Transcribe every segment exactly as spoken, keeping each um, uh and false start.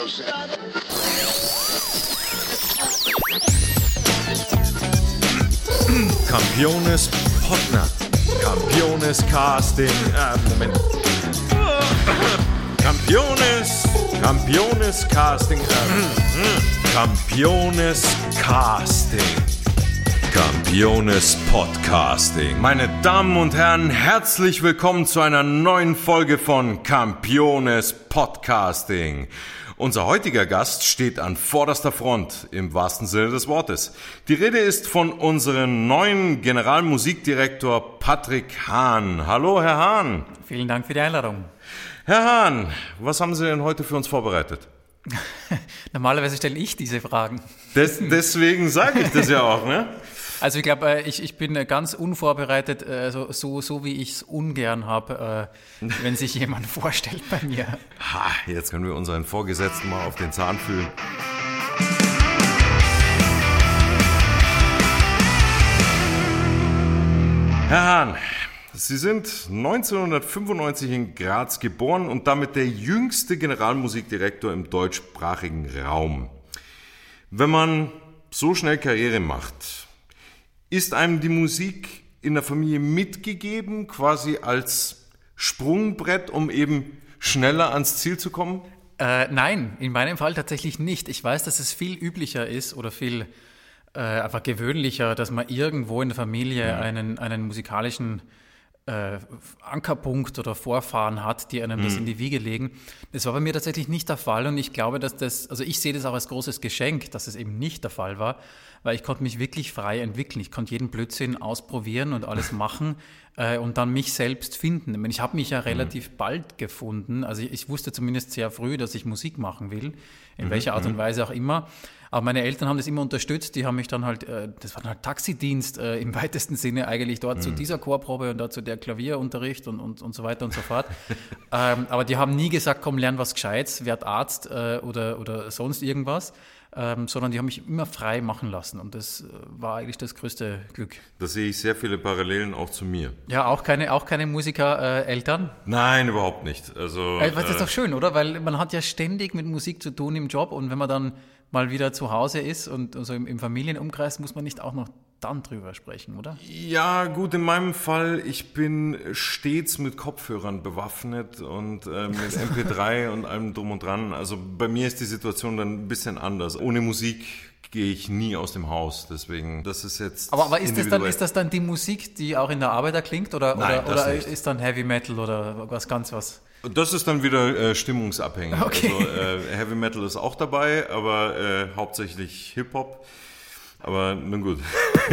Campiones Partner. Campiones Casting. Ah, Moment. Campiones. Campiones Casting. Ah, Campiones Casting. Campiones Podcasting. Meine Damen und Herren, herzlich willkommen zu einer neuen Folge von Campiones Podcasting. Unser heutiger Gast steht an vorderster Front, im wahrsten Sinne des Wortes. Die Rede ist von unserem neuen Generalmusikdirektor Patrick Hahn. Hallo, Herr Hahn. Vielen Dank für die Einladung. Herr Hahn, was haben Sie denn heute für uns vorbereitet? Normalerweise stelle ich diese Fragen. Des, deswegen sage ich das ja auch, ne? Also ich glaube, ich, ich bin ganz unvorbereitet, so, so, so wie ich es ungern habe, wenn sich jemand vorstellt bei mir. Ha, jetzt können wir unseren Vorgesetzten mal auf den Zahn fühlen. Herr Hahn, Sie sind neunzehnhundertfünfundneunzig in Graz geboren und damit der jüngste Generalmusikdirektor im deutschsprachigen Raum. Wenn man so schnell Karriere macht, ist einem die Musik in der Familie mitgegeben, quasi als Sprungbrett, um eben schneller ans Ziel zu kommen? Äh, nein, in meinem Fall tatsächlich nicht. Ich weiß, dass es viel üblicher ist oder viel äh, einfach gewöhnlicher, dass man irgendwo in der Familie ja. einen, einen musikalischen äh, Ankerpunkt oder Vorfahren hat, die einem mhm. das in die Wiege legen. Das war bei mir tatsächlich nicht der Fall und ich glaube, dass das, also ich sehe das auch als großes Geschenk, dass es eben nicht der Fall war, weil ich konnte mich wirklich frei entwickeln. Ich konnte jeden Blödsinn ausprobieren und alles machen äh, und dann mich selbst finden. Ich meine, ich habe mich ja relativ mhm. bald gefunden. Also ich, ich wusste zumindest sehr früh, dass ich Musik machen will, in mhm. welcher Art und Weise auch immer. Aber meine Eltern haben das immer unterstützt. Die haben mich dann halt, äh, das war dann halt Taxidienst äh, im weitesten Sinne eigentlich dort mhm. zu dieser Chorprobe und dort zu der Klavierunterricht und, und, und so weiter und so fort. ähm, aber die haben nie gesagt, komm, lern was Gescheites, werd Arzt äh, oder, oder sonst irgendwas. Ähm, sondern die haben mich immer frei machen lassen und das äh, war eigentlich das größte Glück. Da sehe ich sehr viele Parallelen auch zu mir. Ja, auch keine, auch keine Musiker-Eltern? Äh, Nein, überhaupt nicht. Also, äh, das ist doch schön, oder? Weil man hat ja ständig mit Musik zu tun im Job und wenn man dann mal wieder zu Hause ist und also im, im Familienumkreis, muss man nicht auch noch dann drüber sprechen, oder? Ja, gut, in meinem Fall, ich bin stets mit Kopfhörern bewaffnet und äh, mit M P drei und allem drum und dran. Also bei mir ist die Situation dann ein bisschen anders. Ohne Musik gehe ich nie aus dem Haus, deswegen, das ist jetzt Aber, aber ist, das dann, ist das dann die Musik, die auch in der Arbeit erklingt oder, Nein, oder, oder ist dann Heavy Metal oder was ganz was? Das ist dann wieder äh, stimmungsabhängig. Okay. Also äh, Heavy Metal ist auch dabei, aber äh, hauptsächlich Hip-Hop. Aber nun gut.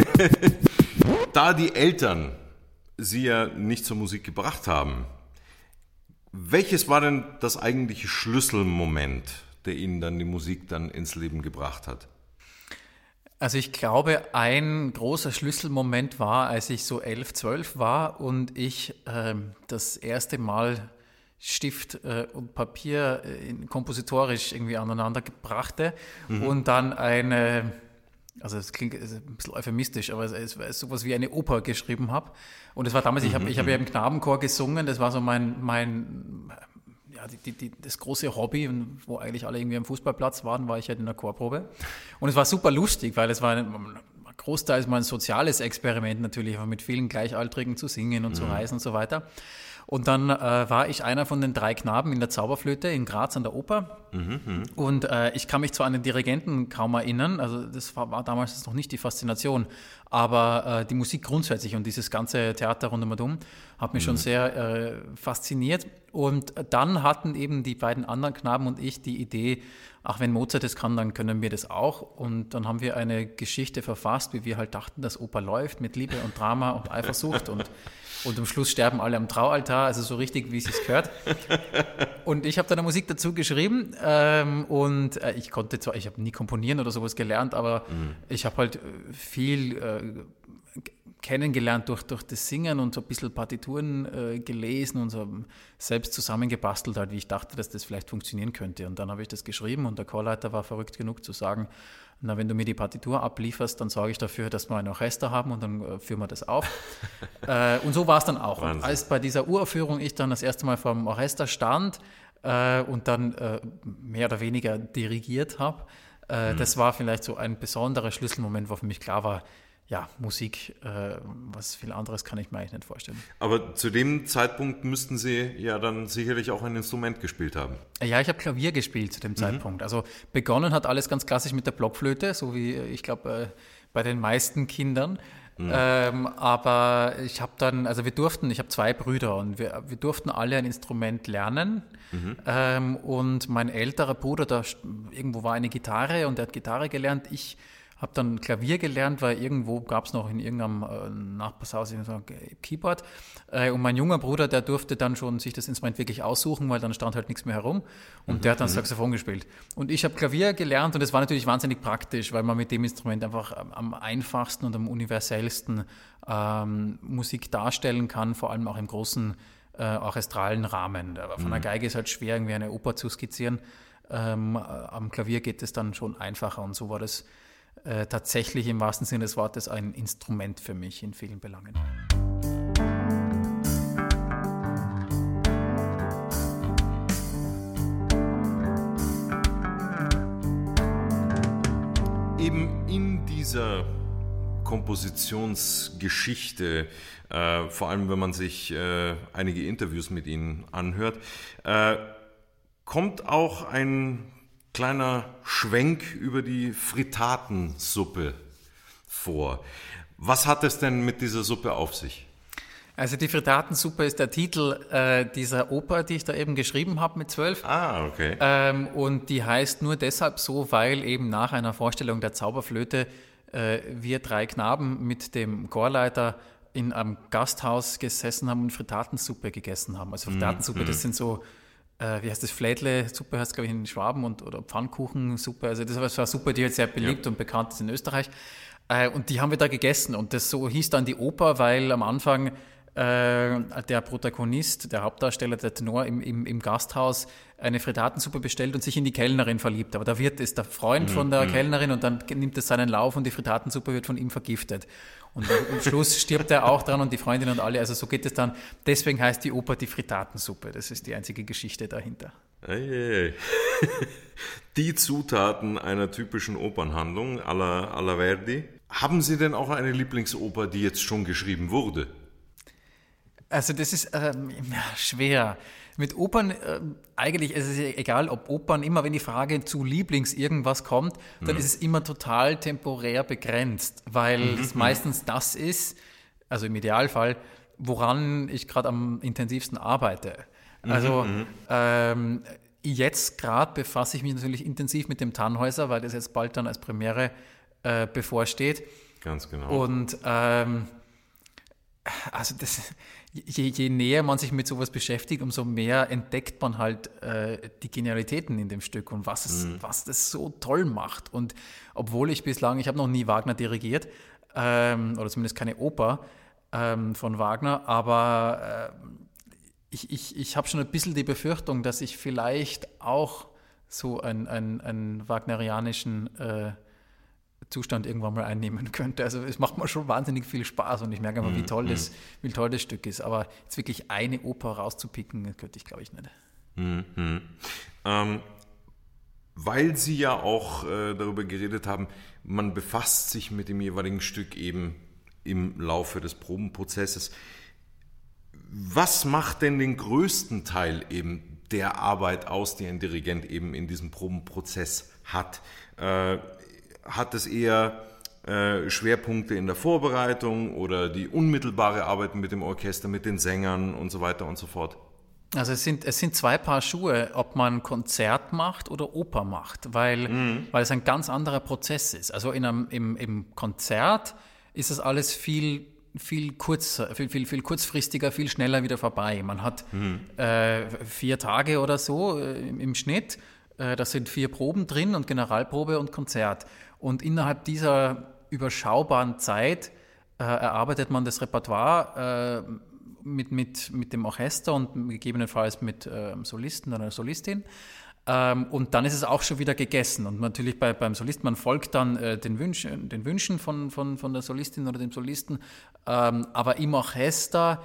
Da die Eltern Sie ja nicht zur Musik gebracht haben, welches war denn das eigentliche Schlüsselmoment, der Ihnen dann die Musik dann ins Leben gebracht hat? Also ich glaube, ein großer Schlüsselmoment war, als ich so elf, zwölf war und ich äh, das erste Mal Stift äh, und Papier äh, kompositorisch irgendwie aneinander brachte mhm. und dann eine, also es klingt ein bisschen euphemistisch, aber es ist sowas wie eine Oper geschrieben habe. Und es war damals, mhm. ich habe ich hab ja im Knabenchor gesungen, das war so mein, mein ja, die, die, das große Hobby, wo eigentlich alle irgendwie am Fußballplatz waren, war ich halt in der Chorprobe. Und es war super lustig, weil es war ein, großteils mal ein soziales Experiment natürlich, mit vielen Gleichaltrigen zu singen und mhm. zu reisen und so weiter. Und dann äh, war ich einer von den drei Knaben in der Zauberflöte in Graz an der Oper. Mhm, und äh, ich kann mich zwar an den Dirigenten kaum erinnern, also das war, war damals noch nicht die Faszination, aber äh, die Musik grundsätzlich und dieses ganze Theater rundum hat mich mhm. schon sehr äh, fasziniert. Und dann hatten eben die beiden anderen Knaben und ich die Idee, ach, wenn Mozart das kann, dann können wir das auch. Und dann haben wir eine Geschichte verfasst, wie wir halt dachten, dass Oper läuft mit Liebe und Drama und Eifersucht und Und am Schluss sterben alle am Traualtar, also so richtig, wie es sich gehört. Und ich habe da eine Musik dazu geschrieben ähm, und äh, ich konnte zwar, ich habe nie komponieren oder sowas gelernt, aber mhm. ich habe halt viel äh, kennengelernt durch, durch das Singen und so ein bisschen Partituren äh, gelesen und so selbst zusammengebastelt, halt, wie ich dachte, dass das vielleicht funktionieren könnte. Und dann habe ich das geschrieben und der Chorleiter war verrückt genug zu sagen, na, wenn du mir die Partitur ablieferst, dann sorge ich dafür, dass wir ein Orchester haben und dann äh, führen wir das auf. äh, und so war es dann auch. Und als bei dieser Uraufführung ich dann das erste Mal vor dem Orchester stand, äh, und dann äh, mehr oder weniger dirigiert habe. Äh, mhm. Das war vielleicht so ein besonderer Schlüsselmoment, wo für mich klar war, ja, Musik, äh, was viel anderes kann ich mir eigentlich nicht vorstellen. Aber zu dem Zeitpunkt müssten Sie ja dann sicherlich auch ein Instrument gespielt haben. Ja, ich habe Klavier gespielt zu dem mhm. Zeitpunkt. Also begonnen hat alles ganz klassisch mit der Blockflöte, so wie ich glaube äh, bei den meisten Kindern. Mhm. Ähm, aber ich habe dann, also wir durften, ich habe zwei Brüder und wir, wir durften alle ein Instrument lernen. Mhm. Ähm, und mein älterer Bruder, da irgendwo war eine Gitarre und er hat Gitarre gelernt. Ich habe dann Klavier gelernt, weil irgendwo gab es noch in irgendeinem äh, Nachbarshaus so ein Keyboard. Äh, und mein junger Bruder, der durfte dann schon sich das Instrument wirklich aussuchen, weil dann stand halt nichts mehr herum. Und mhm. der hat dann Saxophon gespielt. Und ich habe Klavier gelernt und das war natürlich wahnsinnig praktisch, weil man mit dem Instrument einfach am, am einfachsten und am universellsten ähm, Musik darstellen kann, vor allem auch im großen äh, orchestralen Rahmen. Aber von mhm. der Geige ist halt schwer, irgendwie eine Oper zu skizzieren. Ähm, am Klavier geht es dann schon einfacher und so war das Äh, tatsächlich im wahrsten Sinne des Wortes ein Instrument für mich in vielen Belangen. Eben in dieser Kompositionsgeschichte, äh, vor allem wenn man sich äh, einige Interviews mit Ihnen anhört, äh, kommt auch ein kleiner Schwenk über die Frittatensuppe vor. Was hat es denn mit dieser Suppe auf sich? Also die Frittatensuppe ist der Titel äh, dieser Oper, die ich da eben geschrieben habe mit zwölf. Ah, okay. Ähm, und die heißt nur deshalb so, weil eben nach einer Vorstellung der Zauberflöte äh, wir drei Knaben mit dem Chorleiter in einem Gasthaus gesessen haben und Frittatensuppe gegessen haben. Also Frittatensuppe, mm, das sind so Äh, wie heißt das, Flädle-Suppe heißt es, glaube ich, in Schwaben und, oder Pfannkuchensuppe. Also das war eine Suppe, die jetzt sehr beliebt ja. und bekannt ist in Österreich. Äh, und die haben wir da gegessen. Und das so hieß dann die Oper, weil am Anfang äh, der Protagonist, der Hauptdarsteller, der Tenor im, im, im Gasthaus eine Frittatensuppe bestellt und sich in die Kellnerin verliebt. Aber der Wirt ist der Freund mhm. von der mhm. Kellnerin und dann nimmt es seinen Lauf und die Frittatensuppe wird von ihm vergiftet. Und am Schluss stirbt er auch dran und die Freundin und alle. Also so geht es dann. Deswegen heißt die Oper die Frittatensuppe. Das ist die einzige Geschichte dahinter. Hey. Die Zutaten einer typischen Opernhandlung à la, à la Verdi. Haben Sie denn auch eine Lieblingsoper, die jetzt schon geschrieben wurde? Also das ist ähm, schwer. Mit Opern, äh, eigentlich ist es egal, ob Opern, immer wenn die Frage zu Lieblings irgendwas kommt, dann mhm. ist es immer total temporär begrenzt, weil mhm. es meistens das ist, also im Idealfall, woran ich gerade am intensivsten arbeite. Also mhm. ähm, jetzt gerade befasse ich mich natürlich intensiv mit dem Tannhäuser, weil das jetzt bald dann als Premiere äh, bevorsteht. Ganz genau. Und ähm, also das... Je, je näher man sich mit sowas beschäftigt, umso mehr entdeckt man halt äh, die Genialitäten in dem Stück und was, es, mhm. was das so toll macht. Und obwohl ich bislang, ich habe noch nie Wagner dirigiert, ähm, oder zumindest keine Oper ähm, von Wagner, aber äh, ich, ich, ich habe schon ein bisschen die Befürchtung, dass ich vielleicht auch so einen, einen, einen wagnerianischen äh, Zustand irgendwann mal einnehmen könnte. Also es macht mir schon wahnsinnig viel Spaß und ich merke einfach, wie toll das, wie toll das Stück ist. Aber jetzt wirklich eine Oper rauszupicken, könnte ich, glaube ich, nicht. Mhm. Ähm, weil Sie ja auch äh, darüber geredet haben, man befasst sich mit dem jeweiligen Stück eben im Laufe des Probenprozesses. Was macht denn den größten Teil eben der Arbeit aus, die ein Dirigent eben in diesem Probenprozess hat? Äh, Hat es eher äh, Schwerpunkte in der Vorbereitung oder die unmittelbare Arbeit mit dem Orchester, mit den Sängern und so weiter und so fort? Also es sind, es sind zwei Paar Schuhe, ob man Konzert macht oder Oper macht, weil, mhm. weil es ein ganz anderer Prozess ist. Also in einem, im, im Konzert ist das alles viel, viel, kurz, viel, viel, viel kurzfristiger, viel schneller wieder vorbei. Man hat mhm. äh, vier Tage oder so äh, im, im Schnitt. Äh, da sind vier Proben drin und Generalprobe und Konzert. Und innerhalb dieser überschaubaren Zeit äh, erarbeitet man das Repertoire äh, mit, mit, mit dem Orchester und gegebenenfalls mit äh, Solisten oder einer Solistin. Ähm, und dann ist es auch schon wieder gegessen. Und natürlich bei, beim Solisten, man folgt dann äh, den, Wünsch, den Wünschen von, von, von der Solistin oder dem Solisten. Ähm, aber im Orchester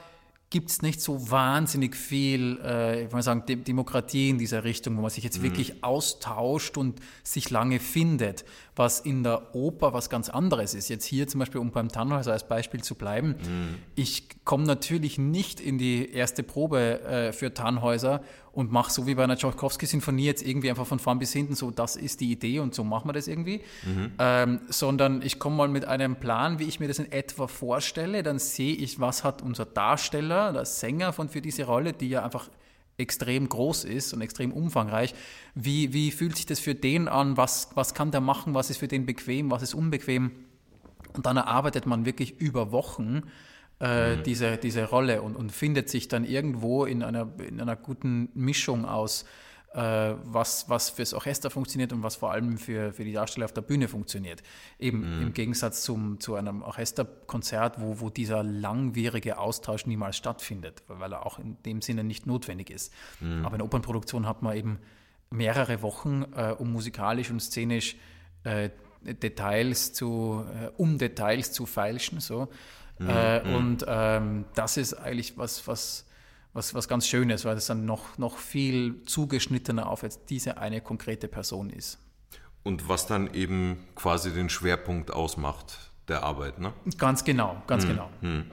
gibt es nicht so wahnsinnig viel, äh, ich würde sagen, De- Demokratie in dieser Richtung, wo man sich jetzt mhm. wirklich austauscht und sich lange findet, was in der Oper was ganz anderes ist. Jetzt hier zum Beispiel, um beim Tannhäuser als Beispiel zu bleiben, mhm. ich komme natürlich nicht in die erste Probe äh, für Tannhäuser und mache so wie bei einer Tschaikowski-Sinfonie jetzt irgendwie einfach von vorn bis hinten so, das ist die Idee und so machen wir das irgendwie, mhm. ähm, sondern ich komme mal mit einem Plan, wie ich mir das in etwa vorstelle, dann sehe ich, was hat unser Darsteller, der Sänger von für diese Rolle, die ja einfach extrem groß ist und extrem umfangreich, wie, wie fühlt sich das für den an, was, was kann der machen, was ist für den bequem, was ist unbequem und dann erarbeitet man wirklich über Wochen Äh, mhm. diese, diese Rolle und, und findet sich dann irgendwo in einer, in einer guten Mischung aus, äh, was, was fürs Orchester funktioniert und was vor allem für, für die Darsteller auf der Bühne funktioniert. Eben mhm. im Gegensatz zum, zu einem Orchesterkonzert, wo, wo dieser langwierige Austausch niemals stattfindet, weil er auch in dem Sinne nicht notwendig ist. Mhm. Aber in Opernproduktion hat man eben mehrere Wochen, äh, um musikalisch und szenisch äh, Details zu, äh, um Details zu feilschen, so. Mhm, äh, mhm. Und ähm, das ist eigentlich was, was, was, was ganz Schönes, weil es dann noch, noch viel zugeschnittener auf jetzt diese eine konkrete Person ist. Und was dann eben quasi den Schwerpunkt ausmacht der Arbeit, ne? Ganz genau, ganz mhm, genau. Mhm.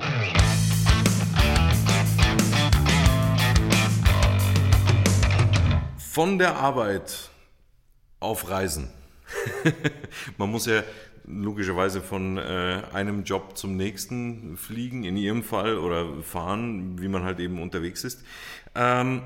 Von der Arbeit auf Reisen. Man muss ja logischerweise von äh, einem Job zum nächsten fliegen, in Ihrem Fall, oder fahren, wie man halt eben unterwegs ist. Ähm,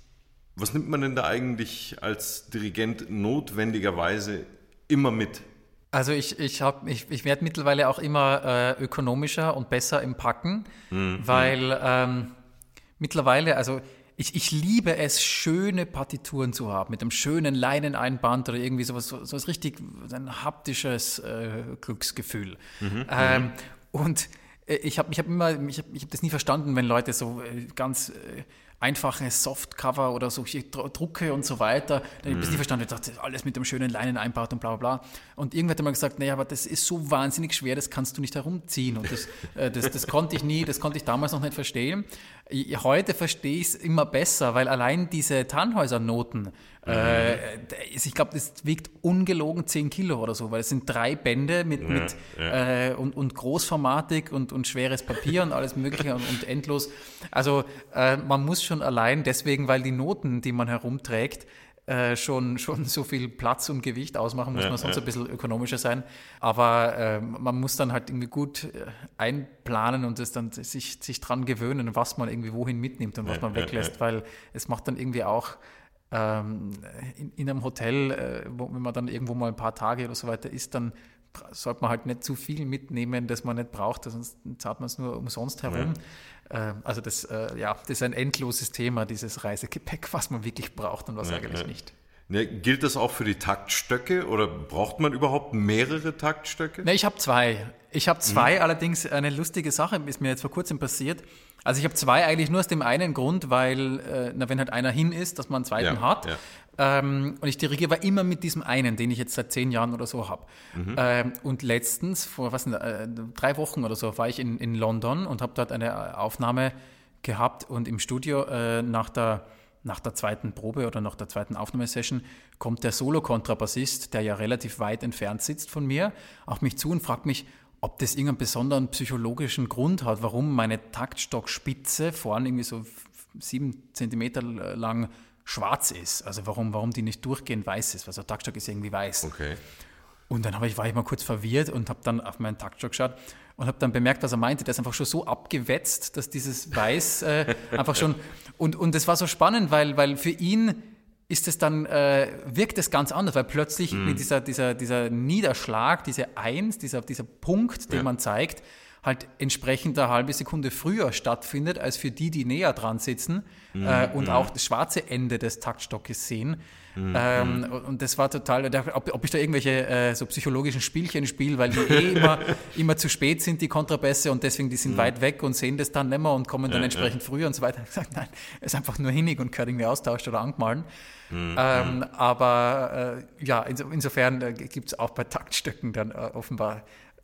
was nimmt man denn da eigentlich als Dirigent notwendigerweise immer mit? Also ich, ich, hab, ich, ich werde mittlerweile auch immer äh, ökonomischer und besser im Packen, mhm. weil ähm, mittlerweile, also Ich, ich liebe es, schöne Partituren zu haben, mit einem schönen Leineneinband oder irgendwie sowas, so, so was richtig, ein haptisches äh, Glücksgefühl. Mhm, ähm, und äh, ich habe ich hab immer, ich habe ich hab das nie verstanden, wenn Leute so äh, ganz äh, einfache Softcover oder so Drucke und so weiter, dann habe ich das nie verstanden. Ich dachte, alles mit dem schönen Leineneinband und bla bla bla. Und irgendwann hat man gesagt, naja, aber das ist so wahnsinnig schwer, das kannst du nicht herumziehen. Und das, äh, das, das konnte ich nie, das konnte ich damals noch nicht verstehen. Heute verstehe ich es immer besser, weil allein diese Tannhäuser-Noten, mhm. äh, ich glaube, das wiegt ungelogen zehn Kilo oder so, weil es sind drei Bände mit, ja, mit ja. Äh, und, und großformatig und, und schweres Papier und alles mögliche und, und endlos. Also äh, man muss schon allein deswegen, weil die Noten, die man herumträgt, Äh, schon, schon so viel Platz und Gewicht ausmachen, muss ja, man sonst ja. ein bisschen ökonomischer sein. Aber äh, man muss dann halt irgendwie gut äh, einplanen und das dann sich, sich dran gewöhnen, was man irgendwie wohin mitnimmt und was ja, man weglässt, ja, ja. weil es macht dann irgendwie auch ähm, in, in einem Hotel, äh, wo, wenn man dann irgendwo mal ein paar Tage oder so weiter ist, dann sollte man halt nicht zu viel mitnehmen, das man nicht braucht, sonst zahlt man es nur umsonst herum. Ja. Also das, äh, ja, das ist ein endloses Thema, dieses Reisegepäck, was man wirklich braucht und was ja, eigentlich ja. nicht. Ja, gilt das auch für die Taktstöcke oder braucht man überhaupt mehrere Taktstöcke? Ne, ich habe zwei. Ich habe zwei, mhm. allerdings eine lustige Sache ist mir jetzt vor kurzem passiert. Also ich habe zwei eigentlich nur aus dem einen Grund, weil, äh, na, wenn halt einer hin ist, dass man einen zweiten ja, hat. Ja. Ähm, und ich dirigiere aber immer mit diesem einen, den ich jetzt seit zehn Jahren oder so habe. Mhm. Ähm, und letztens, vor was denn, äh, drei Wochen oder so, war ich in, in London und habe dort eine Aufnahme gehabt und im Studio äh, nach der Nach der zweiten Probe oder nach der zweiten Aufnahmesession kommt der Solo-Kontrabassist, der ja relativ weit entfernt sitzt von mir, auf mich zu und fragt mich, ob das irgendeinen besonderen psychologischen Grund hat, warum meine Taktstockspitze vorne irgendwie so sieben Zentimeter lang schwarz ist. Also warum, warum die nicht durchgehend weiß ist, weil so ein Taktstock ist irgendwie weiß. Okay. Und dann ich, war ich mal kurz verwirrt und habe dann auf meinen Taktstock geschaut und habe dann bemerkt, was er meinte. Der ist einfach schon so abgewetzt, dass dieses Weiß äh, einfach schon... Und, und das war so spannend, weil, weil für ihn ist es dann, äh, wirkt es ganz anders, weil plötzlich mm. dieser, dieser, dieser Niederschlag, diese Eins, dieser, dieser Punkt, den ja. man zeigt, halt entsprechend eine halbe Sekunde früher stattfindet, als für die, die näher dran sitzen mm. äh, und mm. auch das schwarze Ende des Taktstockes sehen. Mhm. Ähm, und das war total, ob, ob ich da irgendwelche äh, so psychologischen Spielchen spiele, weil die eh immer, immer zu spät sind, die Kontrabässe, und deswegen die sind mhm. weit weg und sehen das dann nicht mehr und kommen dann ja, entsprechend ja. früher und so weiter. Ich habe gesagt, nein, es ist einfach nur hinnig und gehört irgendwie austauscht oder angemahlen. Mhm. Ähm, aber äh, ja, inso, insofern äh, gibt es auch bei Taktstöcken dann äh, offenbar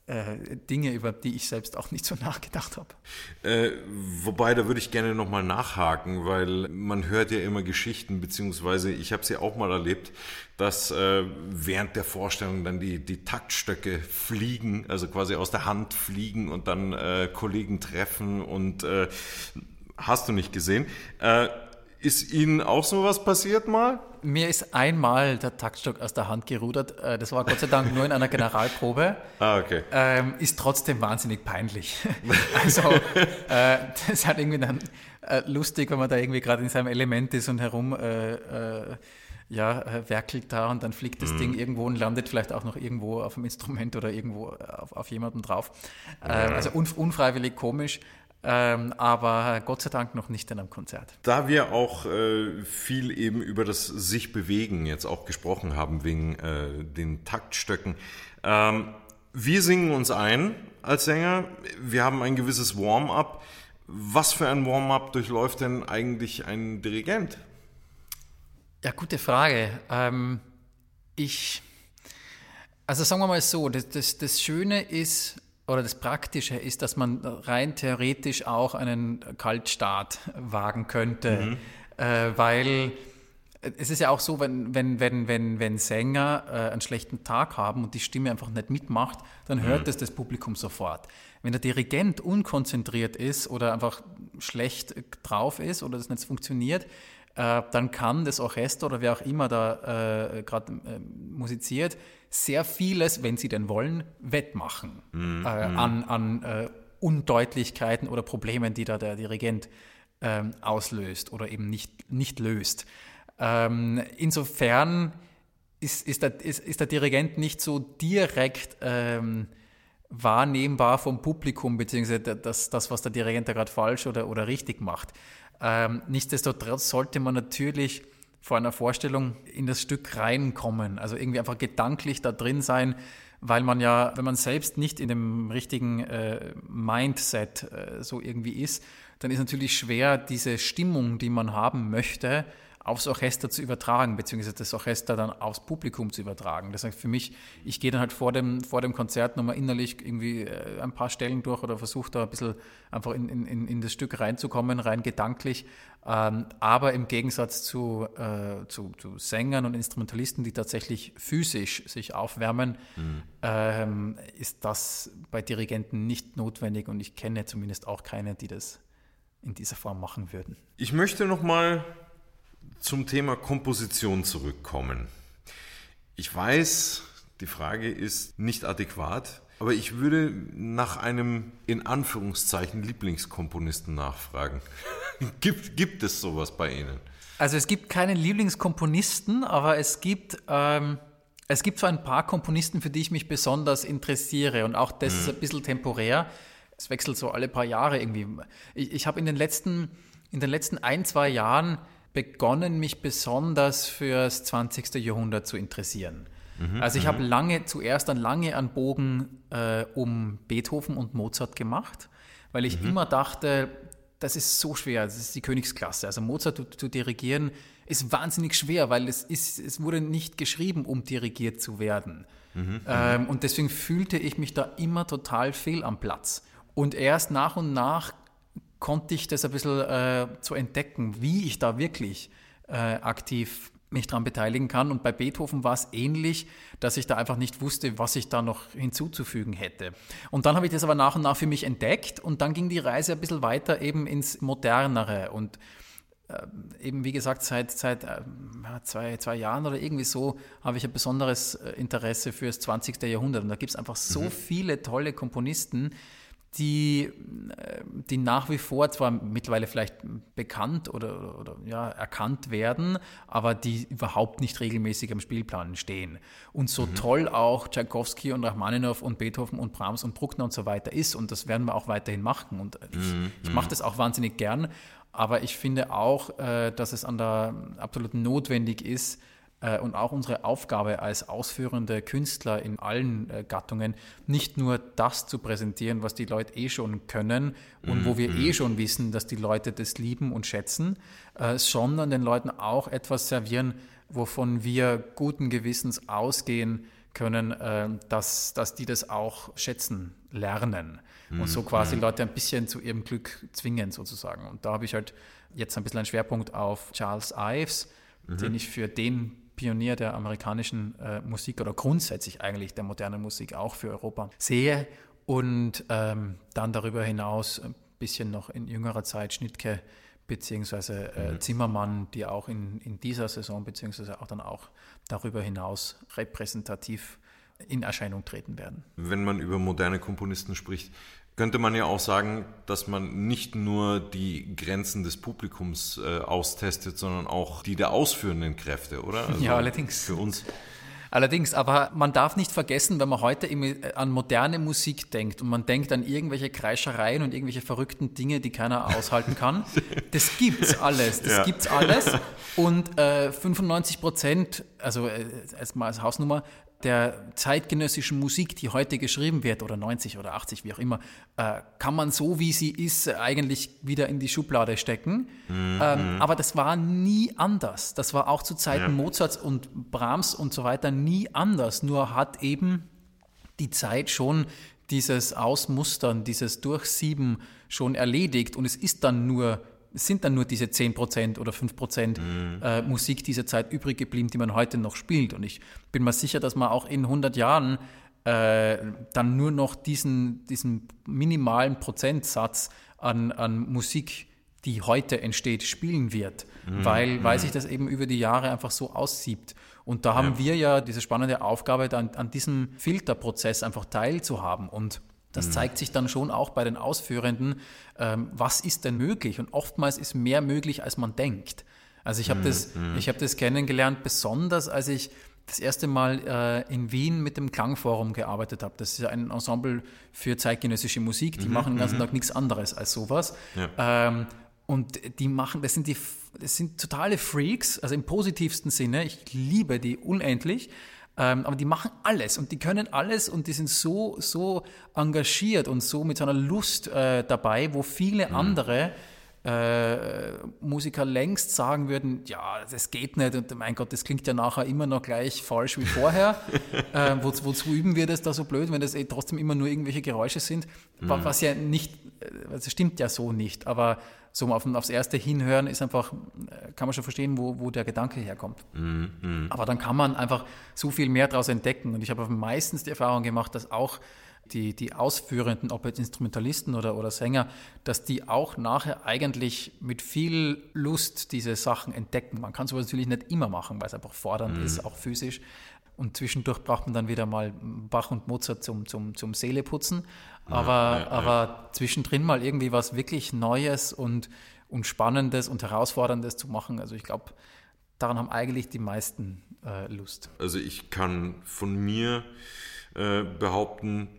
äh, Dinge, über die ich selbst auch nicht so nachgedacht habe. Äh, wobei, da würde ich gerne nochmal nachhaken, weil man hört ja immer Geschichten, beziehungsweise ich habe es ja auch mal erlebt, dass äh, während der Vorstellung dann die, die Taktstöcke fliegen, also quasi aus der Hand fliegen und dann äh, Kollegen treffen und äh, hast du nicht gesehen. Äh, ist Ihnen auch so was passiert mal? Mir ist einmal der Taktstock aus der Hand gerudert. Das war Gott sei Dank nur in einer Generalprobe. Ah, okay. Ähm, ist trotzdem wahnsinnig peinlich. Also, äh, das ist halt irgendwie dann äh, lustig, wenn man da irgendwie gerade in seinem Element ist und herum äh, äh, ja, äh, werkelt da und dann fliegt das mm. Ding irgendwo und landet vielleicht auch noch irgendwo auf dem Instrument oder irgendwo auf, auf jemanden drauf. Äh, ja. Also un, unfreiwillig komisch. Ähm, aber Gott sei Dank noch nicht in einem Konzert. Da wir auch äh, viel eben über das sich bewegen jetzt auch gesprochen haben, wegen äh, den Taktstöcken. Ähm, wir singen uns ein als Sänger, wir haben ein gewisses Warm-up. Was für ein Warm-up durchläuft denn eigentlich ein Dirigent? Ja, gute Frage. Ähm, ich, also sagen wir mal so, das, das, das Schöne ist, oder das Praktische ist, dass man rein theoretisch auch einen Kaltstart wagen könnte, mhm. äh, weil es ist ja auch so, wenn, wenn, wenn, wenn, wenn Sänger äh, einen schlechten Tag haben und die Stimme einfach nicht mitmacht, dann hört mhm. es das Publikum sofort. Wenn der Dirigent unkonzentriert ist oder einfach schlecht drauf ist oder das nicht funktioniert, äh, dann kann das Orchester oder wer auch immer da äh, gerade äh, musiziert, sehr vieles, wenn sie denn wollen, wettmachen mm, äh, mm. an, an äh, Undeutlichkeiten oder Problemen, die da der Dirigent ähm, auslöst oder eben nicht, nicht löst. Ähm, insofern ist, ist, der, ist, ist der Dirigent nicht so direkt ähm, wahrnehmbar vom Publikum, beziehungsweise das, das was der Dirigent da gerade falsch oder, oder richtig macht. Ähm, nichtsdestotrotz sollte man natürlich vor einer Vorstellung in das Stück reinkommen, also irgendwie einfach gedanklich da drin sein, weil man ja, wenn man selbst nicht in dem richtigen äh, Mindset äh, so irgendwie ist, dann ist natürlich schwer, diese Stimmung, die man haben möchte, aufs Orchester zu übertragen, beziehungsweise das Orchester dann aufs Publikum zu übertragen. Das heißt für mich, ich gehe dann halt vor dem, vor dem Konzert nochmal innerlich irgendwie äh, ein paar Stellen durch oder versuche da ein bisschen einfach in, in, in das Stück reinzukommen, rein gedanklich. Ähm, aber im Gegensatz zu, äh, zu, zu Sängern und Instrumentalisten, die tatsächlich physisch sich aufwärmen, mhm. ähm, ist das bei Dirigenten nicht notwendig und ich kenne zumindest auch keine, die das in dieser Form machen würden. Ich möchte nochmal zum Thema Komposition zurückkommen. Ich weiß, die Frage ist nicht adäquat, aber ich würde nach einem in Anführungszeichen Lieblingskomponisten nachfragen. gibt, gibt es sowas bei Ihnen? Also es gibt keinen Lieblingskomponisten, aber es gibt, ähm, es gibt so ein paar Komponisten, für die ich mich besonders interessiere und auch das mhm. ist ein bisschen temporär. Es wechselt so alle paar Jahre irgendwie. Ich, ich habe in den letzten, in den letzten ein, zwei Jahren begonnen, mich besonders fürs zwanzigste Jahrhundert zu interessieren. Mhm, also ich habe lange, zuerst dann lange einen Bogen äh, um Beethoven und Mozart gemacht, weil ich mhm. immer dachte, das ist so schwer, das ist die Königsklasse. Also Mozart zu, zu dirigieren ist wahnsinnig schwer, weil es, ist, es wurde nicht geschrieben, um dirigiert zu werden. Mhm, ähm, und deswegen fühlte ich mich da immer total fehl am Platz. Und erst nach und nach konnte ich das ein bisschen äh, zu entdecken, wie ich da wirklich äh, aktiv mich daran beteiligen kann. Und bei Beethoven war es ähnlich, dass ich da einfach nicht wusste, was ich da noch hinzuzufügen hätte. Und dann habe ich das aber nach und nach für mich entdeckt und dann ging die Reise ein bisschen weiter eben ins Modernere. Und äh, eben wie gesagt, seit, seit äh, zwei, zwei Jahren oder irgendwie so habe ich ein besonderes Interesse für das zwanzigste Jahrhundert. Und da gibt es einfach so mhm. viele tolle Komponisten, die, die nach wie vor zwar mittlerweile vielleicht bekannt oder, oder, oder ja, erkannt werden, aber die überhaupt nicht regelmäßig am Spielplan stehen. Und so mhm. toll auch Tschaikowski und Rachmaninow und Beethoven und Brahms und Bruckner und so weiter ist, und das werden wir auch weiterhin machen. Und ich, mhm. ich mache das auch wahnsinnig gern, aber ich finde auch, dass es an der absolut notwendig ist, und auch unsere Aufgabe als ausführende Künstler in allen äh, Gattungen, nicht nur das zu präsentieren, was die Leute eh schon können und mm, wo wir mm. eh schon wissen, dass die Leute das lieben und schätzen, äh, sondern den Leuten auch etwas servieren, wovon wir guten Gewissens ausgehen können, äh, dass, dass die das auch schätzen lernen mhm. und so quasi mhm. Leute ein bisschen zu ihrem Glück zwingen sozusagen. Und da habe ich halt jetzt ein bisschen einen Schwerpunkt auf Charles Ives, mhm. den ich für den Pionier der amerikanischen äh, Musik oder grundsätzlich eigentlich der modernen Musik auch für Europa sehe. Und ähm, dann darüber hinaus ein bisschen noch in jüngerer Zeit Schnittke beziehungsweise äh, mhm. Zimmermann, die auch in, in dieser Saison beziehungsweise auch dann auch darüber hinaus repräsentativ in Erscheinung treten werden. Wenn man über moderne Komponisten spricht, könnte man ja auch sagen, dass man nicht nur die Grenzen des Publikums äh, austestet, sondern auch die der ausführenden Kräfte, oder? Also ja, allerdings. Für uns. Allerdings, aber man darf nicht vergessen, wenn man heute an moderne Musik denkt und man denkt an irgendwelche Kreschereien und irgendwelche verrückten Dinge, die keiner aushalten kann, das gibt's alles, das ja. gibt's alles und äh, fünfundneunzig Prozent, also äh, erstmal als Hausnummer, der zeitgenössischen Musik, die heute geschrieben wird, oder neunzig oder achtzig, wie auch immer, äh, kann man so, wie sie ist, eigentlich wieder in die Schublade stecken. Mhm. Ähm, aber das war nie anders. Das war auch zu Zeiten ja. Mozarts und Brahms und so weiter nie anders. Nur hat eben die Zeit schon dieses Ausmustern, dieses Durchsieben schon erledigt. Und es ist dann nur Es sind dann nur diese zehn Prozent oder fünf Prozent mhm. äh, Musik dieser Zeit übrig geblieben, die man heute noch spielt. Und ich bin mir sicher, dass man auch in hundert Jahren äh, dann nur noch diesen, diesen minimalen Prozentsatz an, an Musik, die heute entsteht, spielen wird, mhm. weil, weil sich das eben über die Jahre einfach so aussiebt. Und da haben ja. wir ja diese spannende Aufgabe, dann an diesem Filterprozess einfach teilzuhaben. Und das zeigt sich dann schon auch bei den Ausführenden, ähm, was ist denn möglich? Und oftmals ist mehr möglich, als man denkt. Also ich habe das, ich habe das kennengelernt, besonders als ich das erste Mal äh, in Wien mit dem Klangforum gearbeitet habe. Das ist ja ein Ensemble für zeitgenössische Musik, die mhm, machen den ganzen Tag nichts anderes als sowas. Ja. Ähm, und die machen, das sind die, das sind totale Freaks, also im positivsten Sinne. Ich liebe die unendlich. Ähm, aber die machen alles und die können alles und die sind so, so engagiert und so mit so einer Lust äh, dabei, wo viele mhm. andere äh, Musiker längst sagen würden, ja, das geht nicht und mein Gott, das klingt ja nachher immer noch gleich falsch wie vorher. äh, wo, wozu üben wir das da so blöd, wenn das eh trotzdem immer nur irgendwelche Geräusche sind? Mhm. Was ja nicht, das stimmt ja so nicht, aber so auf, aufs erste Hinhören ist einfach, kann man schon verstehen, wo, wo der Gedanke herkommt. Mm, mm. Aber dann kann man einfach so viel mehr daraus entdecken. Und ich habe meistens die Erfahrung gemacht, dass auch die, die Ausführenden, ob jetzt Instrumentalisten oder, oder Sänger, dass die auch nachher eigentlich mit viel Lust diese Sachen entdecken. Man kann sowas natürlich nicht immer machen, weil es einfach fordernd mm. ist, auch physisch. Und zwischendurch braucht man dann wieder mal Bach und Mozart zum, zum, zum Seeleputzen. Aber, ja, ja, ja. aber zwischendrin mal irgendwie was wirklich Neues und, und Spannendes und Herausforderndes zu machen. Also ich glaube, daran haben eigentlich die meisten äh, Lust. Also ich kann von mir äh, behaupten,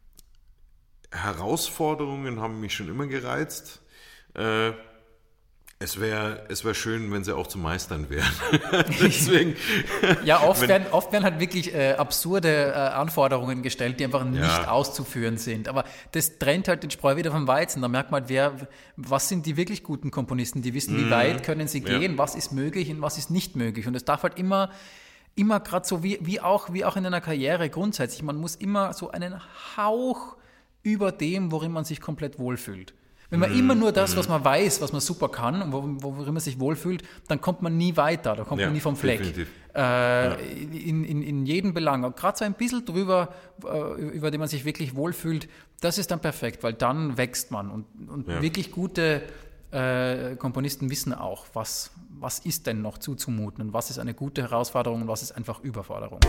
Herausforderungen haben mich schon immer gereizt. Äh, Es wäre es wär schön, wenn sie auch zu meistern wären. Deswegen, ja, oft werden, oft werden halt wirklich äh, absurde äh, Anforderungen gestellt, die einfach nicht ja. auszuführen sind. Aber das trennt halt den Spreu wieder vom Weizen. Da merkt man, wer, was sind die wirklich guten Komponisten, die wissen, wie mhm. weit können sie gehen, ja. was ist möglich und was ist nicht möglich. Und es darf halt immer, immer gerade so wie, wie, auch, wie auch in einer Karriere grundsätzlich, man muss immer so einen Hauch über dem, worin man sich komplett wohlfühlt. Wenn man mm, immer nur das, mm. was man weiß, was man super kann und worin man sich wohlfühlt, dann kommt man nie weiter, da kommt ja, man nie vom Fleck. Äh, ja. in, in, in jedem Belang. Und gerade so ein bisschen drüber, äh, über den man sich wirklich wohlfühlt, das ist dann perfekt, weil dann wächst man. Und, und ja. wirklich gute äh, Komponisten wissen auch, was, was ist denn noch zuzumuten und was ist eine gute Herausforderung und was ist einfach Überforderung.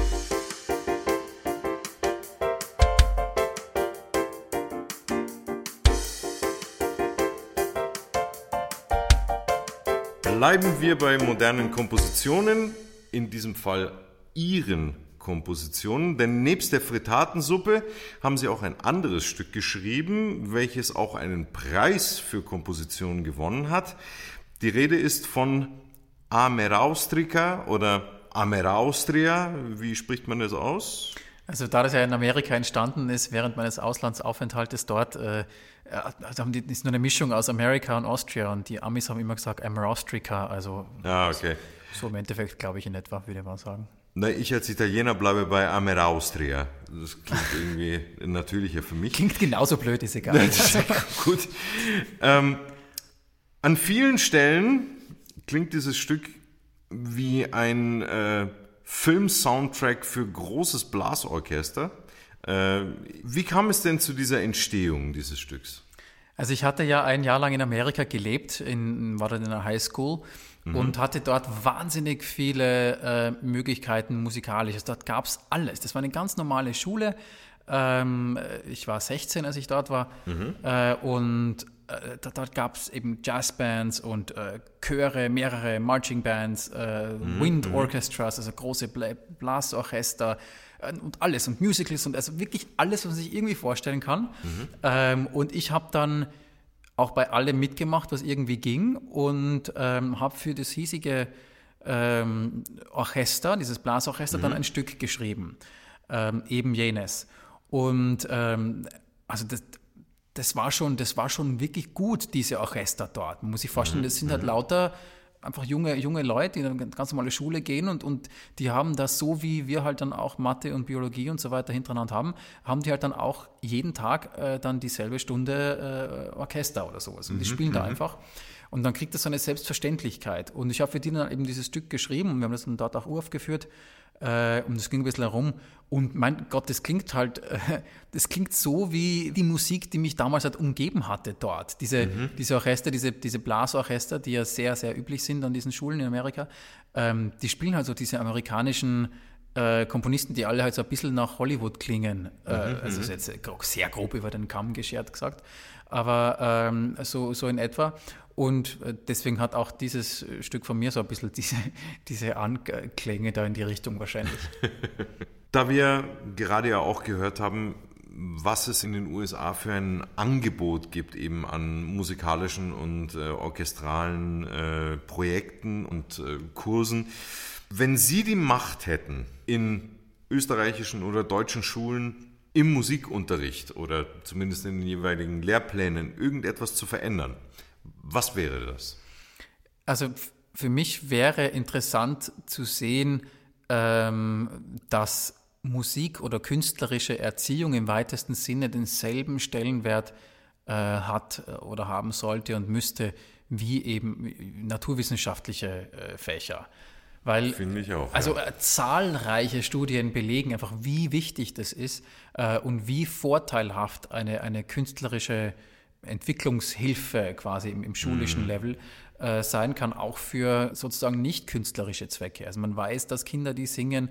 Bleiben wir bei modernen Kompositionen, in diesem Fall Ihren Kompositionen, denn nebst der Frittatensuppe haben Sie auch ein anderes Stück geschrieben, welches auch einen Preis für Kompositionen gewonnen hat. Die Rede ist von Ameraustrica oder Ameraustria, wie spricht man das aus? Also da das ja in Amerika entstanden ist, während meines Auslandsaufenthaltes dort, äh, also haben die, ist nur eine Mischung aus Amerika und Austria und die Amis haben immer gesagt Ameraustrica, also ah, okay. So im Endeffekt, glaube ich, in etwa, würde man sagen. Na, ich als Italiener bleibe bei Amer Austria. Das klingt irgendwie natürlicher für mich. Klingt genauso blöd, ist egal. Das ist gut. Ähm, an vielen Stellen klingt dieses Stück wie ein äh, Film-Soundtrack für großes Blasorchester. Äh, wie kam es denn zu dieser Entstehung dieses Stücks? Also ich hatte ja ein Jahr lang in Amerika gelebt, in, war dann in einer Highschool mhm. und hatte dort wahnsinnig viele äh, Möglichkeiten musikalisches. Dort gab es alles. Das war eine ganz normale Schule. Ähm, ich war sechzehn, als ich dort war mhm. äh, und äh, dort gab es eben Jazzbands und äh, Chöre, mehrere Marching Bands, äh, mhm. Wind Orchestras, also große Bla- Blasorchester, und alles und Musicals und also wirklich alles, was man sich irgendwie vorstellen kann. Mhm. Ähm, und ich habe dann auch bei allem mitgemacht, was irgendwie ging und ähm, habe für das hiesige ähm, Orchester, dieses Blasorchester, mhm. dann ein Stück geschrieben. Ähm, eben jenes. Und ähm, also das, das war schon, das war schon wirklich gut, diese Orchester dort. Man muss sich vorstellen, das sind halt lauter einfach junge, junge Leute, die in eine ganz normale Schule gehen und, und die haben das so, wie wir halt dann auch Mathe und Biologie und so weiter hintereinander haben, haben die halt dann auch jeden Tag äh, dann dieselbe Stunde äh, Orchester oder sowas. Und die mhm, spielen da einfach. Und dann kriegt das so eine Selbstverständlichkeit. Und ich habe für die dann eben dieses Stück geschrieben und wir haben das dann dort auch uraufgeführt. Äh, und das ging ein bisschen herum. Und mein Gott, das klingt halt, äh, das klingt so wie die Musik, die mich damals halt umgeben hatte dort. Diese, mhm. diese Orchester, diese, diese Blasorchester, die ja sehr, sehr üblich sind an diesen Schulen in Amerika, ähm, die spielen halt so diese amerikanischen äh, Komponisten, die alle halt so ein bisschen nach Hollywood klingen. Äh, mhm. Also das ist jetzt sehr grob über den Kamm geschert gesagt, aber ähm, so, so in etwa. Und deswegen hat auch dieses Stück von mir so ein bisschen diese, diese Anklänge da in die Richtung wahrscheinlich. Da wir gerade ja auch gehört haben, was es in den U S A für ein Angebot gibt eben an musikalischen und äh, orchestralen äh, Projekten und äh, Kursen. Wenn Sie die Macht hätten, in österreichischen oder deutschen Schulen im Musikunterricht oder zumindest in den jeweiligen Lehrplänen irgendetwas zu verändern, was wäre das? Also f- für mich wäre interessant zu sehen, ähm, dass Musik oder künstlerische Erziehung im weitesten Sinne denselben Stellenwert äh, hat oder haben sollte und müsste wie eben naturwissenschaftliche äh, Fächer. Weil, Finde ich auch. Also ja. äh, zahlreiche Studien belegen einfach, wie wichtig das ist äh, und wie vorteilhaft eine, eine künstlerische Entwicklungshilfe quasi im, im schulischen mhm. Level äh, sein kann, auch für sozusagen nicht künstlerische Zwecke. Also man weiß, dass Kinder, die singen,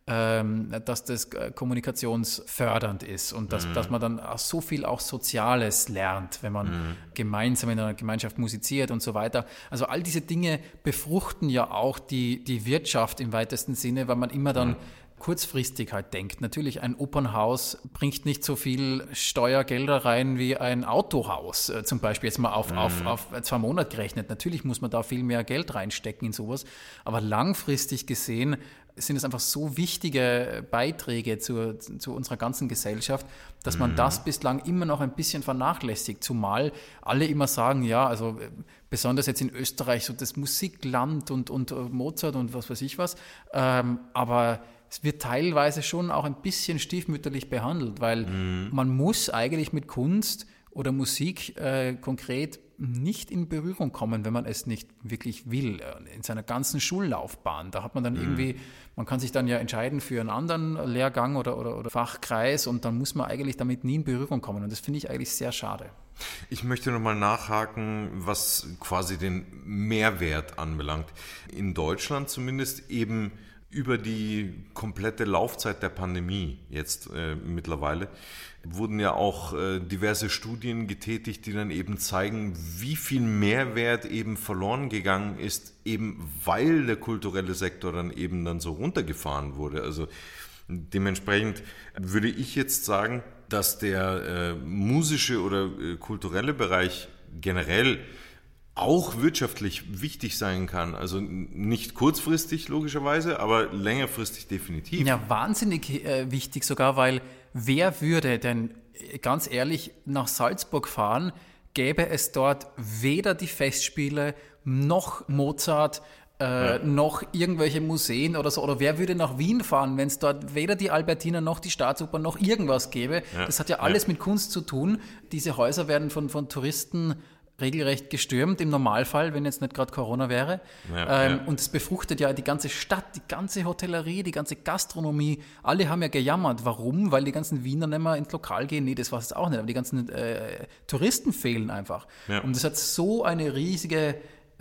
ähm, dass das äh, kommunikationsfördernd ist und dass, mhm. dass man dann auch so viel auch Soziales lernt, wenn man mhm. gemeinsam in einer Gemeinschaft musiziert und so weiter. Also all diese Dinge befruchten ja auch die, die Wirtschaft im weitesten Sinne, weil man immer dann mhm. kurzfristig halt denkt. Natürlich, ein Opernhaus bringt nicht so viel Steuergelder rein wie ein Autohaus, äh, zum Beispiel jetzt mal auf, mhm. auf, auf zwei Monate gerechnet. Natürlich muss man da viel mehr Geld reinstecken in sowas, aber langfristig gesehen sind es einfach so wichtige Beiträge zu, zu unserer ganzen Gesellschaft, dass man mhm. das bislang immer noch ein bisschen vernachlässigt, zumal alle immer sagen, ja, also besonders jetzt in Österreich, so das Musikland und, und Mozart und was weiß ich was, ähm, aber es wird teilweise schon auch ein bisschen stiefmütterlich behandelt, weil mhm. man muss eigentlich mit Kunst oder Musik äh, konkret nicht in Berührung kommen, wenn man es nicht wirklich will, in seiner ganzen Schullaufbahn. Da hat man dann mhm. irgendwie, man kann sich dann ja entscheiden für einen anderen Lehrgang oder, oder, oder Fachkreis und dann muss man eigentlich damit nie in Berührung kommen und das finde ich eigentlich sehr schade. Ich möchte nochmal nachhaken, was quasi den Mehrwert anbelangt. In Deutschland zumindest eben über die komplette Laufzeit der Pandemie jetzt äh, mittlerweile wurden ja auch äh, diverse Studien getätigt, die dann eben zeigen, wie viel Mehrwert eben verloren gegangen ist, eben weil der kulturelle Sektor dann eben dann so runtergefahren wurde. Also dementsprechend würde ich jetzt sagen, dass der äh, musische oder äh, kulturelle Bereich generell auch wirtschaftlich wichtig sein kann. Also nicht kurzfristig logischerweise, aber längerfristig definitiv. Ja, wahnsinnig äh, wichtig sogar, weil wer würde denn ganz ehrlich nach Salzburg fahren, gäbe es dort weder die Festspiele noch Mozart, Äh, ja. noch irgendwelche Museen oder so. Oder wer würde nach Wien fahren, wenn es dort weder die Albertina noch die Staatsoper noch irgendwas gäbe? Ja. Das hat ja alles ja. mit Kunst zu tun. Diese Häuser werden von, von Touristen regelrecht gestürmt, im Normalfall, wenn jetzt nicht gerade Corona wäre. Ja, ähm, ja. Und es befruchtet ja die ganze Stadt, die ganze Hotellerie, die ganze Gastronomie. Alle haben ja gejammert. Warum? Weil die ganzen Wiener nicht mehr ins Lokal gehen. Nee, das war es auch nicht. Aber die ganzen äh, Touristen fehlen einfach. Ja. Und das hat so eine riesige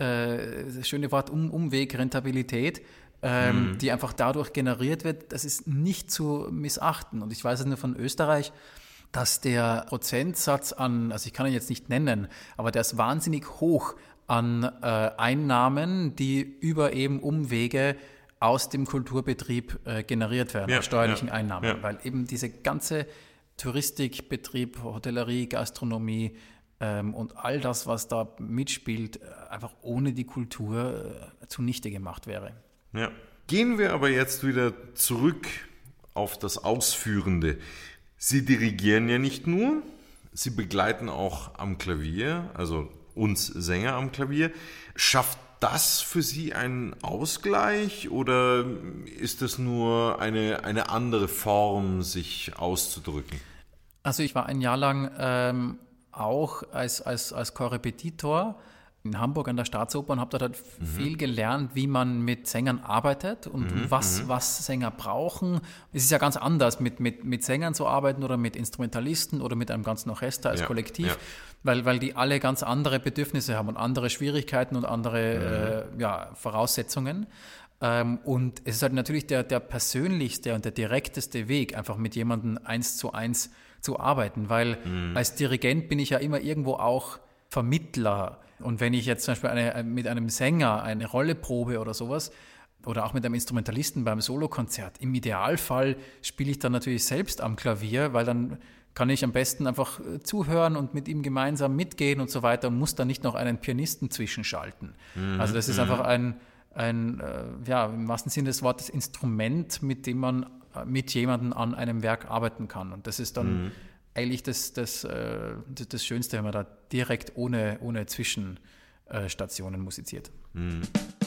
Äh, das schöne Wort um, Umweg, Rentabilität, ähm, mhm. die einfach dadurch generiert wird, das ist nicht zu missachten. Und ich weiß es nur von Österreich, dass der Prozentsatz an, also ich kann ihn jetzt nicht nennen, aber der ist wahnsinnig hoch an äh, Einnahmen, die über eben Umwege aus dem Kulturbetrieb äh, generiert werden, ja, steuerlichen ja, Einnahmen. Ja. Weil eben diese ganze Touristikbetrieb, Hotellerie, Gastronomie, Ähm, und all das, was da mitspielt, einfach ohne die Kultur äh, zunichte gemacht wäre. Ja. Gehen wir aber jetzt wieder zurück auf das Ausführende. Sie dirigieren ja nicht nur, Sie begleiten auch am Klavier, also uns Sänger am Klavier. Schafft das für Sie einen Ausgleich oder ist das nur eine, eine andere Form, sich auszudrücken? Also ich war ein Jahr lang Ähm, auch als, als, als Korrepetitor in Hamburg an der Staatsoper und habe dort halt mhm. viel gelernt, wie man mit Sängern arbeitet und mhm. was, mhm. was Sänger brauchen. Es ist ja ganz anders, mit, mit, mit Sängern zu arbeiten oder mit Instrumentalisten oder mit einem ganzen Orchester als ja. Kollektiv, ja. Weil, weil die alle ganz andere Bedürfnisse haben und andere Schwierigkeiten und andere mhm. äh, ja, Voraussetzungen. Ähm, und es ist halt natürlich der, der persönlichste und der direkteste Weg, einfach mit jemandem eins zu eins zu arbeiten, weil mhm. als Dirigent bin ich ja immer irgendwo auch Vermittler. Und wenn ich jetzt zum Beispiel eine, mit einem Sänger eine Rolle probe oder sowas oder auch mit einem Instrumentalisten beim Solokonzert, im Idealfall spiele ich dann natürlich selbst am Klavier, weil dann kann ich am besten einfach zuhören und mit ihm gemeinsam mitgehen und so weiter und muss dann nicht noch einen Pianisten zwischenschalten. Mhm. Also das ist einfach ein, ein äh, ja, im wahrsten Sinne des Wortes Instrument, mit dem man mit jemandem an einem Werk arbeiten kann. Und das ist dann mhm. eigentlich das, das, das, das Schönste, wenn man da direkt ohne, ohne Zwischenstationen musiziert. Mhm.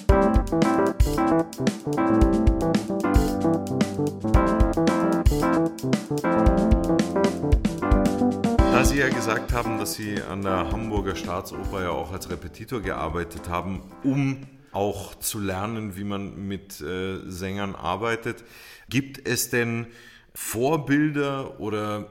Da Sie ja gesagt haben, dass Sie an der Hamburger Staatsoper ja auch als Repetitor gearbeitet haben, um auch zu lernen, wie man mit äh, Sängern arbeitet. Gibt es denn Vorbilder oder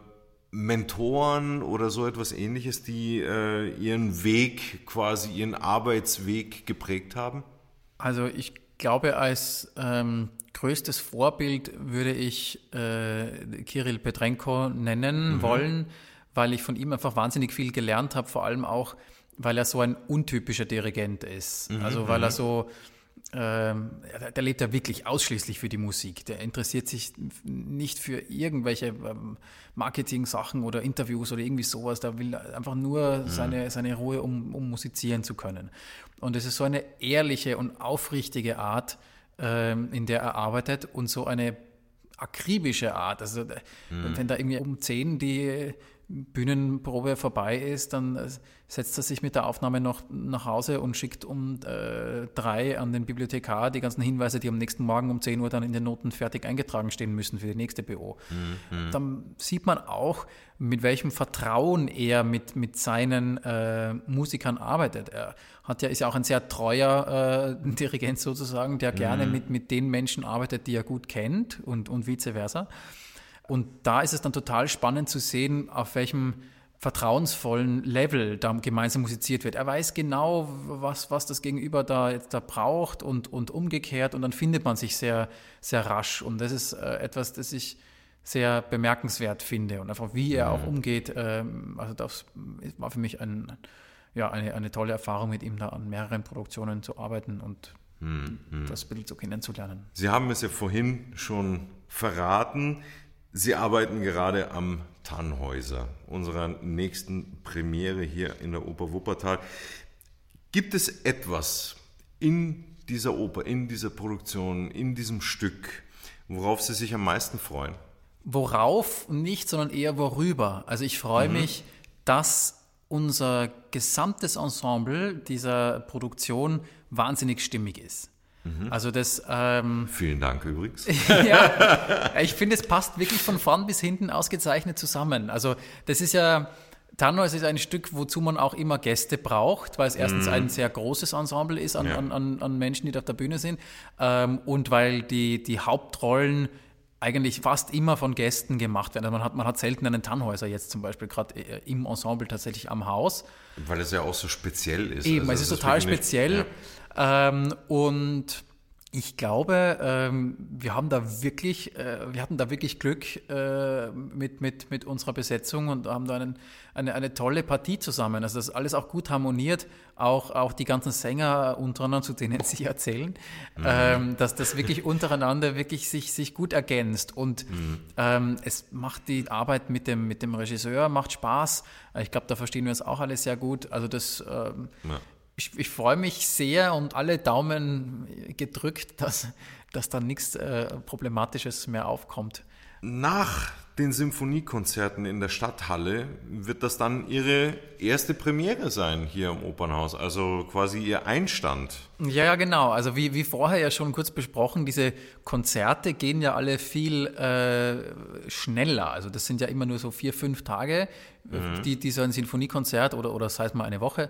Mentoren oder so etwas Ähnliches, die äh, Ihren Weg, quasi Ihren Arbeitsweg geprägt haben? Also ich glaube, als ähm, größtes Vorbild würde ich äh, Kirill Petrenko nennen mhm. wollen, weil ich von ihm einfach wahnsinnig viel gelernt habe, vor allem auch, weil er so ein untypischer Dirigent ist. Mhm, also weil er so, ähm, der lebt ja wirklich ausschließlich für die Musik. Der interessiert sich nicht für irgendwelche ähm, Marketing-Sachen oder Interviews oder irgendwie sowas. Der will einfach nur mhm. seine, seine Ruhe, um, um musizieren zu können. Und es ist so eine ehrliche und aufrichtige Art, ähm, in der er arbeitet und so eine akribische Art. Also mhm. wenn da irgendwie um zehn die Bühnenprobe vorbei ist, dann setzt er sich mit der Aufnahme noch nach Hause und schickt um äh, drei an den Bibliothekar die ganzen Hinweise, die am nächsten Morgen um zehn Uhr dann in den Noten fertig eingetragen stehen müssen für die nächste B O. Mhm. Dann sieht man auch, mit welchem Vertrauen er mit, mit seinen äh, Musikern arbeitet. Er hat ja, ist ja auch ein sehr treuer äh, Dirigent sozusagen, der mhm. gerne mit, mit den Menschen arbeitet, die er gut kennt und, und vice versa. Und da ist es dann total spannend zu sehen, auf welchem vertrauensvollen Level da gemeinsam musiziert wird. Er weiß genau, was, was das Gegenüber da jetzt da braucht und, und umgekehrt und dann findet man sich sehr, sehr rasch. Und das ist äh, etwas, das ich sehr bemerkenswert finde und einfach wie er auch umgeht. Ähm, also das war für mich ein, ja, eine, eine tolle Erfahrung, mit ihm da an mehreren Produktionen zu arbeiten und hm, hm. das Bild so kennenzulernen. Sie haben es ja vorhin schon verraten. Sie arbeiten gerade am Tannhäuser, unserer nächsten Premiere hier in der Oper Wuppertal. Gibt es etwas in dieser Oper, in dieser Produktion, in diesem Stück, worauf Sie sich am meisten freuen? Worauf nicht, sondern eher worüber. Also ich freue mhm. mich, dass unser gesamtes Ensemble dieser Produktion wahnsinnig stimmig ist. Mhm. Also das... Ähm, Vielen Dank übrigens. Ja, ich finde, es passt wirklich von vorn bis hinten ausgezeichnet zusammen. Also das ist ja... Tannhäuser ist ein Stück, wozu man auch immer Gäste braucht, weil es erstens ein sehr großes Ensemble ist an, ja. an, an, an Menschen, die da auf der Bühne sind, ähm, und weil die, die Hauptrollen eigentlich fast immer von Gästen gemacht werden. Also man hat, man hat selten einen Tannhäuser jetzt zum Beispiel gerade im Ensemble tatsächlich am Haus. Weil es ja auch so speziell ist. Eben, also es ist total speziell. Nicht, ja. ähm, und ich glaube, ähm, wir haben da wirklich, äh, wir hatten da wirklich Glück äh, mit, mit, mit unserer Besetzung und haben da einen, eine, eine tolle Partie zusammen. Also das ist alles auch gut harmoniert, auch, auch die ganzen Sänger untereinander, zu denen Sie erzählen, mhm. ähm, dass das wirklich untereinander wirklich sich, sich gut ergänzt. Und mhm. ähm, es macht die Arbeit mit dem, mit dem Regisseur, macht Spaß. Ich glaube, da verstehen wir uns auch alle sehr gut. Also das... Ähm, ja. Ich, ich freue mich sehr und alle Daumen gedrückt, dass, dass da nichts äh, Problematisches mehr aufkommt. Nach den Symphoniekonzerten in der Stadthalle wird das dann Ihre erste Premiere sein hier im Opernhaus, also quasi Ihr Einstand. Ja, ja, genau. Also wie, wie vorher ja schon kurz besprochen, diese Konzerte gehen ja alle viel äh, schneller. Also das sind ja immer nur so vier, fünf Tage, mhm. die, die so ein Sinfoniekonzert oder, oder sei es mal eine Woche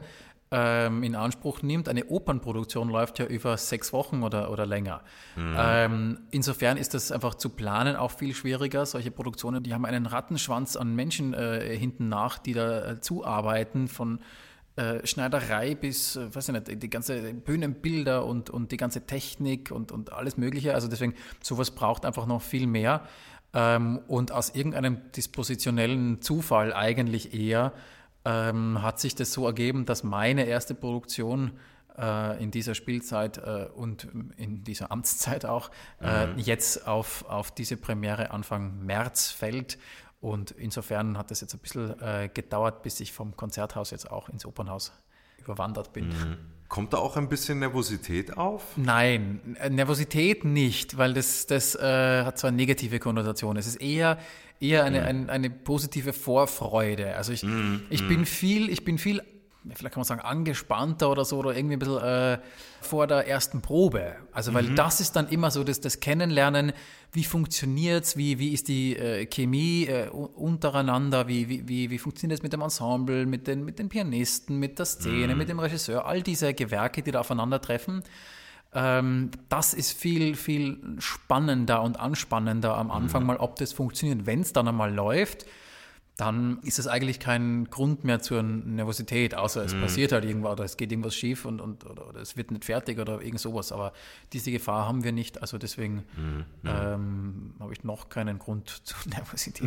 in Anspruch nimmt. Eine Opernproduktion läuft ja über sechs Wochen oder, oder länger. Mhm. Ähm, insofern ist das einfach zu planen auch viel schwieriger. Solche Produktionen, die haben einen Rattenschwanz an Menschen äh, hinten nach, die da äh, zuarbeiten, von äh, Schneiderei bis, äh, weiß ich nicht, die ganze Bühnenbilder und, und die ganze Technik und, und alles Mögliche. Also deswegen, sowas braucht einfach noch viel mehr. Ähm, und aus irgendeinem dispositionellen Zufall eigentlich eher Ähm, hat sich das so ergeben, dass meine erste Produktion äh, in dieser Spielzeit äh, und in dieser Amtszeit auch äh, mhm. jetzt auf, auf diese Premiere Anfang März fällt. Und insofern hat es jetzt ein bisschen äh, gedauert, bis ich vom Konzerthaus jetzt auch ins Opernhaus überwandert bin. Mhm. Kommt da auch ein bisschen Nervosität auf? Nein, Nervosität nicht, weil das, das äh, hat zwar eine negative Konnotation. Es ist eher, eher eine, mm. eine, eine positive Vorfreude. Also ich, mm, ich mm. bin viel, ich bin viel, vielleicht kann man sagen, angespannter oder so, oder irgendwie ein bisschen äh, vor der ersten Probe. Also weil mhm. das ist dann immer so das, das Kennenlernen, wie funktioniert's, wie, wie ist die äh, Chemie äh, untereinander, wie, wie, wie, wie funktioniert es mit dem Ensemble, mit den, mit den Pianisten, mit der Szene, mhm. mit dem Regisseur, all diese Gewerke, die da aufeinandertreffen. Ähm, das ist viel, viel spannender und anspannender am Anfang mhm. mal, ob das funktioniert. Wenn es dann einmal läuft, dann ist es eigentlich kein Grund mehr zur Nervosität, außer es mm. passiert halt irgendwas oder es geht irgendwas schief und, und oder, oder es wird nicht fertig oder irgend sowas. Aber diese Gefahr haben wir nicht, also deswegen mm. ähm, habe ich noch keinen Grund zur Nervosität.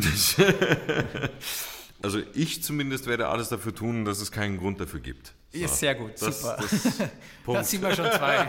Also ich zumindest werde alles dafür tun, dass es keinen Grund dafür gibt. So. Ist sehr gut, das, super. Das, da sind wir schon zwei.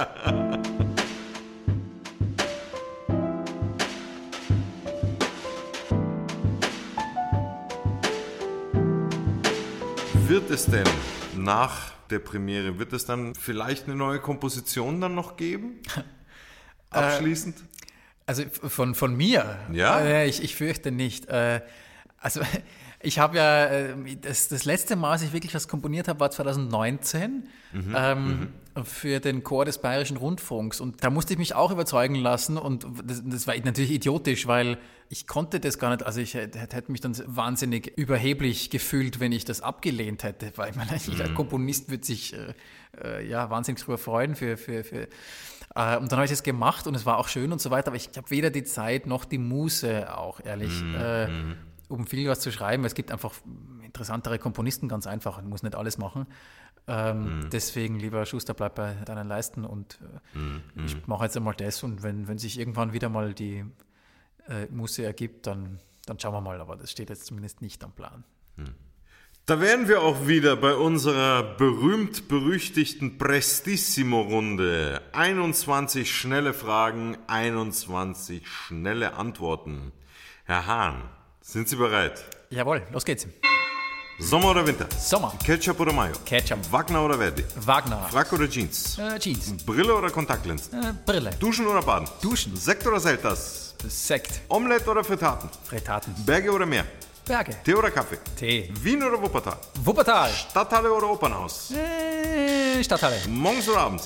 Wird es denn nach der Premiere, wird es dann vielleicht eine neue Komposition dann noch geben? Abschließend? Äh, also von, von mir? Ja. Äh, ich, ich fürchte nicht. Äh, also ich habe ja, das, das letzte Mal, als ich wirklich was komponiert habe, war zwanzig neunzehn mhm, ähm, mhm. für den Chor des Bayerischen Rundfunks. Und da musste ich mich auch überzeugen lassen. Und das, das war natürlich idiotisch, weil ich konnte das gar nicht. Also ich hätte mich dann wahnsinnig überheblich gefühlt, wenn ich das abgelehnt hätte. Weil ich meine, mhm. jeder Komponist würde sich äh, ja, wahnsinnig darüber freuen. Für, für, für, äh, und dann habe ich das gemacht und es war auch schön und so weiter. Aber ich habe weder die Zeit noch die Muße auch, ehrlich. Mhm. Äh, um viel was zu schreiben. Es gibt einfach interessantere Komponisten, ganz einfach. Man muss nicht alles machen. Ähm, mm. Deswegen, lieber Schuster, bleib bei deinen Leisten und äh, mm. ich mache jetzt einmal das und wenn, wenn sich irgendwann wieder mal die äh, Muße ergibt, dann, dann schauen wir mal. Aber das steht jetzt zumindest nicht am Plan. Mm. Da wären wir auch wieder bei unserer berühmt-berüchtigten Prestissimo-Runde. einundzwanzig schnelle Fragen, einundzwanzig schnelle Antworten. Herr Hahn, sind Sie bereit? Jawohl, los geht's. Sommer oder Winter? Sommer. Ketchup oder Mayo? Ketchup. Wagner oder Verdi? Wagner. Frack oder Jeans? Äh, Jeans. Brille oder Kontaktlinsen? Äh, Brille. Duschen oder Baden? Duschen. Sekt oder Selters? Sekt. Omelette oder Frittaten? Frittaten. Berge oder Meer? Berge. Tee oder Kaffee? Tee. Wien oder Wuppertal? Wuppertal. Stadthalle oder Opernhaus? Äh, Stadthalle. Morgens oder abends?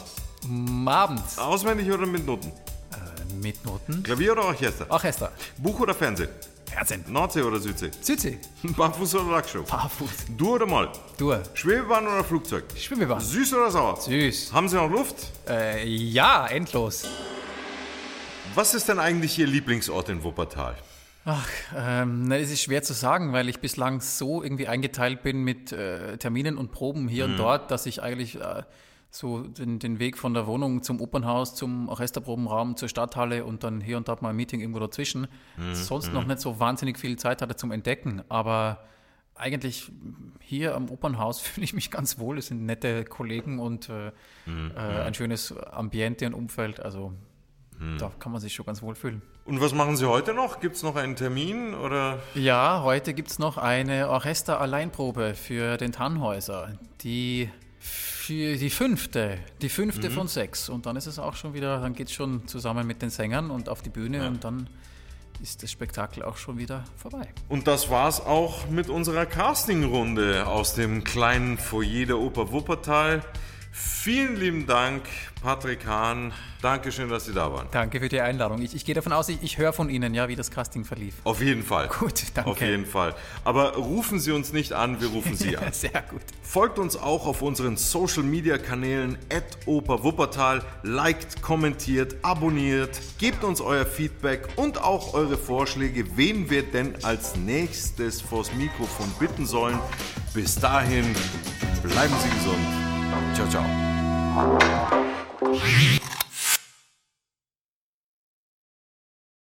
Abend. Auswendig oder mit Noten? Äh, mit Noten. Klavier oder Orchester? Orchester. Buch oder Fernsehen? Fernsehen. Nordsee oder Südsee? Südsee. Barfuß oder Lackschuh? Barfuß. Dur oder Moll? Dur. Schwebebahn oder Flugzeug? Schwimmbahn. Süß oder sauer? Süß. Haben Sie noch Luft? Äh, ja, endlos. Was ist denn eigentlich Ihr Lieblingsort in Wuppertal? Ach, ähm, na, es ist schwer zu sagen, weil ich bislang so irgendwie eingeteilt bin mit äh, Terminen und Proben hier Mhm. und dort, dass ich eigentlich äh, so den, den Weg von der Wohnung zum Opernhaus, zum Orchesterprobenraum, zur Stadthalle und dann hier und dort mal ein Meeting irgendwo dazwischen, Mhm. sonst noch nicht so wahnsinnig viel Zeit hatte zum Entdecken. Aber eigentlich hier am Opernhaus fühle ich mich ganz wohl. Es sind nette Kollegen und äh, Mhm. äh, ein schönes Ambiente und Umfeld. Also da kann man sich schon ganz wohl fühlen. Und was machen Sie heute noch? Gibt es noch einen Termin oder? Ja, heute gibt es noch eine Orchester-Alleinprobe für den Tannhäuser. Die, für die fünfte, die fünfte Mhm. von sechs. Und dann ist es auch schon wieder, dann geht es schon zusammen mit den Sängern und auf die Bühne und dann ist das Spektakel auch schon wieder vorbei. Und das war's auch mit unserer Castingrunde aus dem kleinen Foyer der Oper Wuppertal. Vielen lieben Dank, Patrick Hahn. Dankeschön, dass Sie da waren. Danke für die Einladung. Ich, ich gehe davon aus, ich, ich höre von Ihnen, ja, wie das Casting verlief. Auf jeden Fall. Gut, danke. Auf jeden Fall. Aber rufen Sie uns nicht an, wir rufen Sie an. Sehr gut. Folgt uns auch auf unseren Social-Media-Kanälen at Oper Wuppertal, liked, kommentiert, abonniert, gebt uns euer Feedback und auch eure Vorschläge, wen wir denn als nächstes vors Mikrofon bitten sollen. Bis dahin, bleiben Sie gesund. Ciao, ciao.